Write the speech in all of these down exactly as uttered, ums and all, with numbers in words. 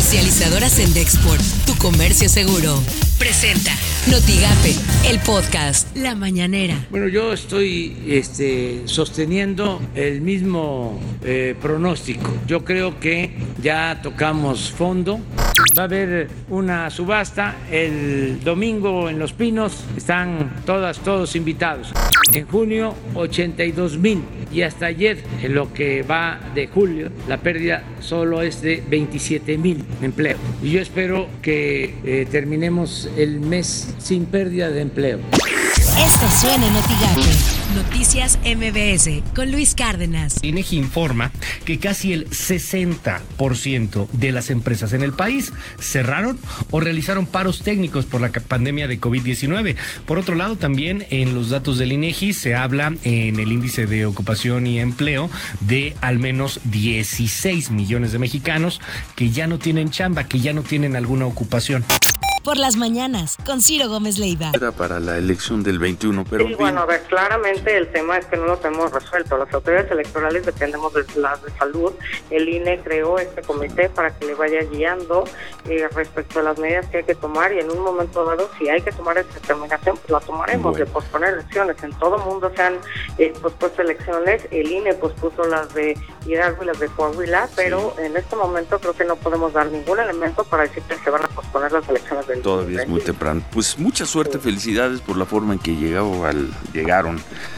Comercializadora Sendexport, tu comercio seguro. Presenta Notigape, el podcast La Mañanera. Bueno, yo estoy este, sosteniendo el mismo eh, pronóstico. Yo creo que ya tocamos fondo. Va a haber una subasta el domingo en Los Pinos. Están todas, todos invitados. En junio, ochenta y dos mil. Y hasta ayer, en lo que va de julio, la pérdida solo es de veintisiete mil empleos. Y yo espero que eh, terminemos el mes sin pérdida de empleo. Esto suena en Notigape. Noticias M B S con Luis Cárdenas. INEGI informa que casi el sesenta por ciento de las empresas en el país cerraron o realizaron paros técnicos por la pandemia de covid diecinueve. Por otro lado, también en los datos del INEGI se habla en el índice de ocupación y empleo de al menos dieciséis millones de mexicanos que ya no tienen chamba, que ya no tienen alguna ocupación. Por las mañanas, con Ciro Gómez Leiva. Era para la elección del veintiuno, pero... Sí, bueno, a ver, claramente el tema es que no lo tenemos resuelto. Las autoridades electorales dependemos de las de salud. El I N E creó este comité para que le vaya guiando eh, respecto a las medidas que hay que tomar, y en un momento dado, si hay que tomar esa determinación, pues la tomaremos, bueno, de posponer elecciones. En todo mundo se han eh, pospuesto elecciones. El I N E pospuso las de Hidalgo y las de Coahuila, pero sí, en este momento creo que no podemos dar ningún elemento para decir que se van a posponer las elecciones. Todavía es muy temprano. Pues mucha suerte, felicidades por la forma en que llegó al, llegaron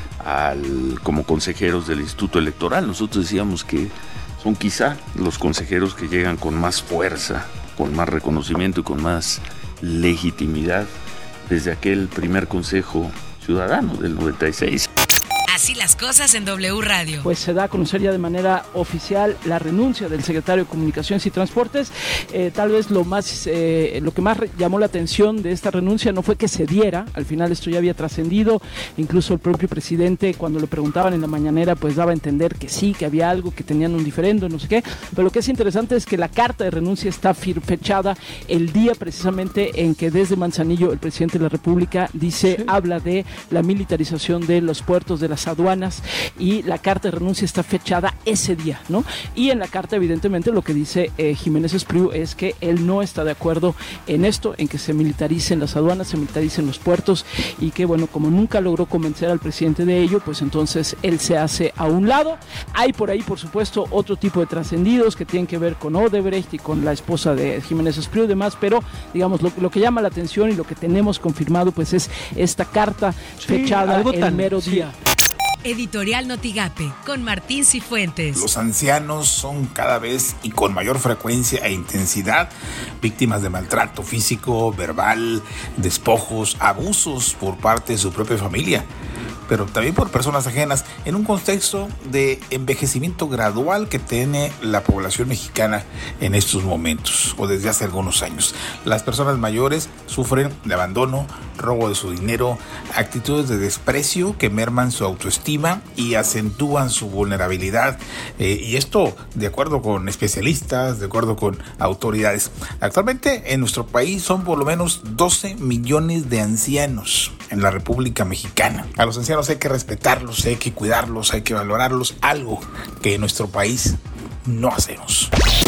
al, como consejeros del Instituto Electoral. Nosotros decíamos que son quizá los consejeros que llegan con más fuerza, con más reconocimiento y con más legitimidad desde aquel primer Consejo Ciudadano del noventa y seis. Así las cosas en W Radio. Pues se da a conocer ya de manera oficial la renuncia del secretario de Comunicaciones y Transportes. Eh, tal vez lo más, eh, lo que más llamó la atención de esta renuncia no fue que se diera. Al final esto ya había trascendido. Incluso el propio presidente, cuando le preguntaban en la mañanera, pues daba a entender que sí, que había algo, que tenían un diferendo, no sé qué. Pero lo que es interesante es que la carta de renuncia está fechada el día precisamente en que desde Manzanillo el presidente de la República dice, sí, habla de la militarización de los puertos, de las aduanas, y la carta de renuncia está fechada ese día, ¿no? Y en la carta, evidentemente, lo que dice eh, Jiménez Espriu es que él no está de acuerdo en esto, en que se militaricen las aduanas, se militaricen los puertos, y que, bueno, como nunca logró convencer al presidente de ello, pues entonces él se hace a un lado. Hay por ahí, por supuesto, otro tipo de trascendidos que tienen que ver con Odebrecht y con la esposa de Jiménez Espriu y demás, pero, digamos, lo, lo que llama la atención y lo que tenemos confirmado, pues es esta carta sí, fechada el tan, mero sí. día. Editorial Notigape, con Martín Cifuentes. Los ancianos son cada vez y con mayor frecuencia e intensidad víctimas de maltrato físico, verbal, despojos, abusos por parte de su propia familia, pero también por personas ajenas, en un contexto de envejecimiento gradual que tiene la población mexicana en estos momentos o desde hace algunos años. Las personas mayores sufren de abandono, robo de su dinero, actitudes de desprecio que merman su autoestima y acentúan su vulnerabilidad, eh, y esto de acuerdo con especialistas, de acuerdo con autoridades. Actualmente en nuestro país son por lo menos doce millones de ancianos en la República Mexicana. A los ancianos hay que respetarlos, hay que cuidarlos, hay que valorarlos, algo que en nuestro país no hacemos.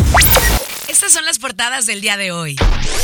Estas son las portadas del día de hoy.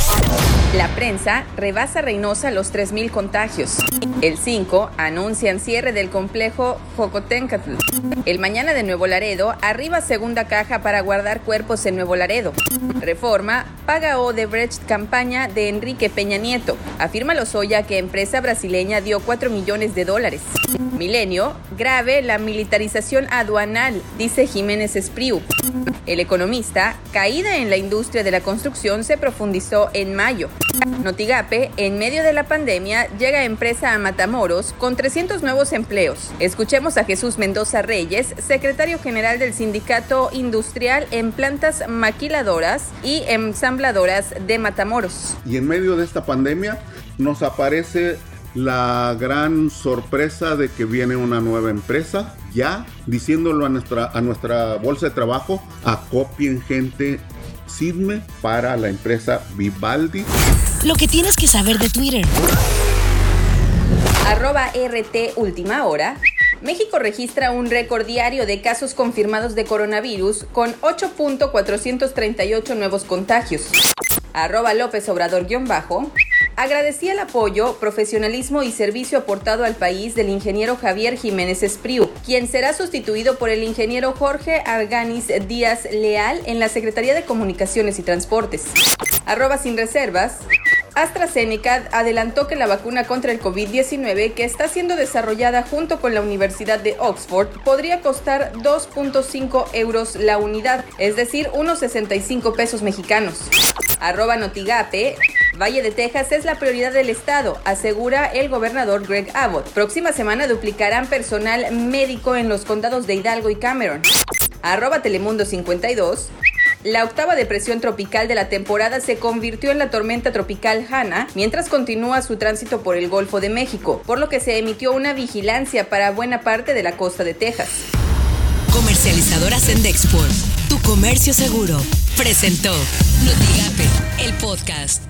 La prensa rebasa Reynosa los tres mil contagios. El cinco anuncian cierre del complejo Jocotencatl. El mañana de Nuevo Laredo arriba segunda caja para guardar cuerpos en Nuevo Laredo. Reforma paga Odebrecht campaña de Enrique Peña Nieto. Afirma Lozoya que empresa brasileña dio cuatro millones de dólares. Milenio, grave la militarización aduanal, dice Jiménez Espriu. El Economista, caída en la industria de la construcción se profundizó en mayo. Notigape, en medio de la pandemia, llega empresa a Matamoros con trescientos nuevos empleos. Escuchemos a Jesús Mendoza Reyes, secretario general del Sindicato Industrial en Plantas Maquiladoras y Ensambladoras de Matamoros. Y en medio de esta pandemia nos aparece la gran sorpresa de que viene una nueva empresa, ya diciéndolo a nuestra, a nuestra bolsa de trabajo, acopien gente, sirve para la empresa Vivaldi. Lo que tienes que saber de Twitter. Arroba R T Última Hora. México registra un récord diario de casos confirmados de coronavirus con ocho mil cuatrocientos treinta y ocho nuevos contagios. Arroba López Obrador guión bajo. Agradecí el apoyo, profesionalismo y servicio aportado al país del ingeniero Javier Jiménez Espriu, quien será sustituido por el ingeniero Jorge Arganis Díaz Leal en la Secretaría de Comunicaciones y Transportes. Arroba Sin Reservas. AstraZeneca adelantó que la vacuna contra el covid diecinueve que está siendo desarrollada junto con la Universidad de Oxford podría costar dos punto cinco euros la unidad, es decir, unos sesenta y cinco pesos mexicanos. Arroba Notigape. Valle de Texas es la prioridad del estado, asegura el gobernador Greg Abbott. Próxima semana duplicarán personal médico en los condados de Hidalgo y Cameron. Arroba Telemundo cincuenta y dos. La octava depresión tropical de la temporada se convirtió en la tormenta tropical Hanna mientras continúa su tránsito por el Golfo de México, por lo que se emitió una vigilancia para buena parte de la costa de Texas. Comercializadora Sendexport, tu comercio seguro, presentó Notigape, el podcast.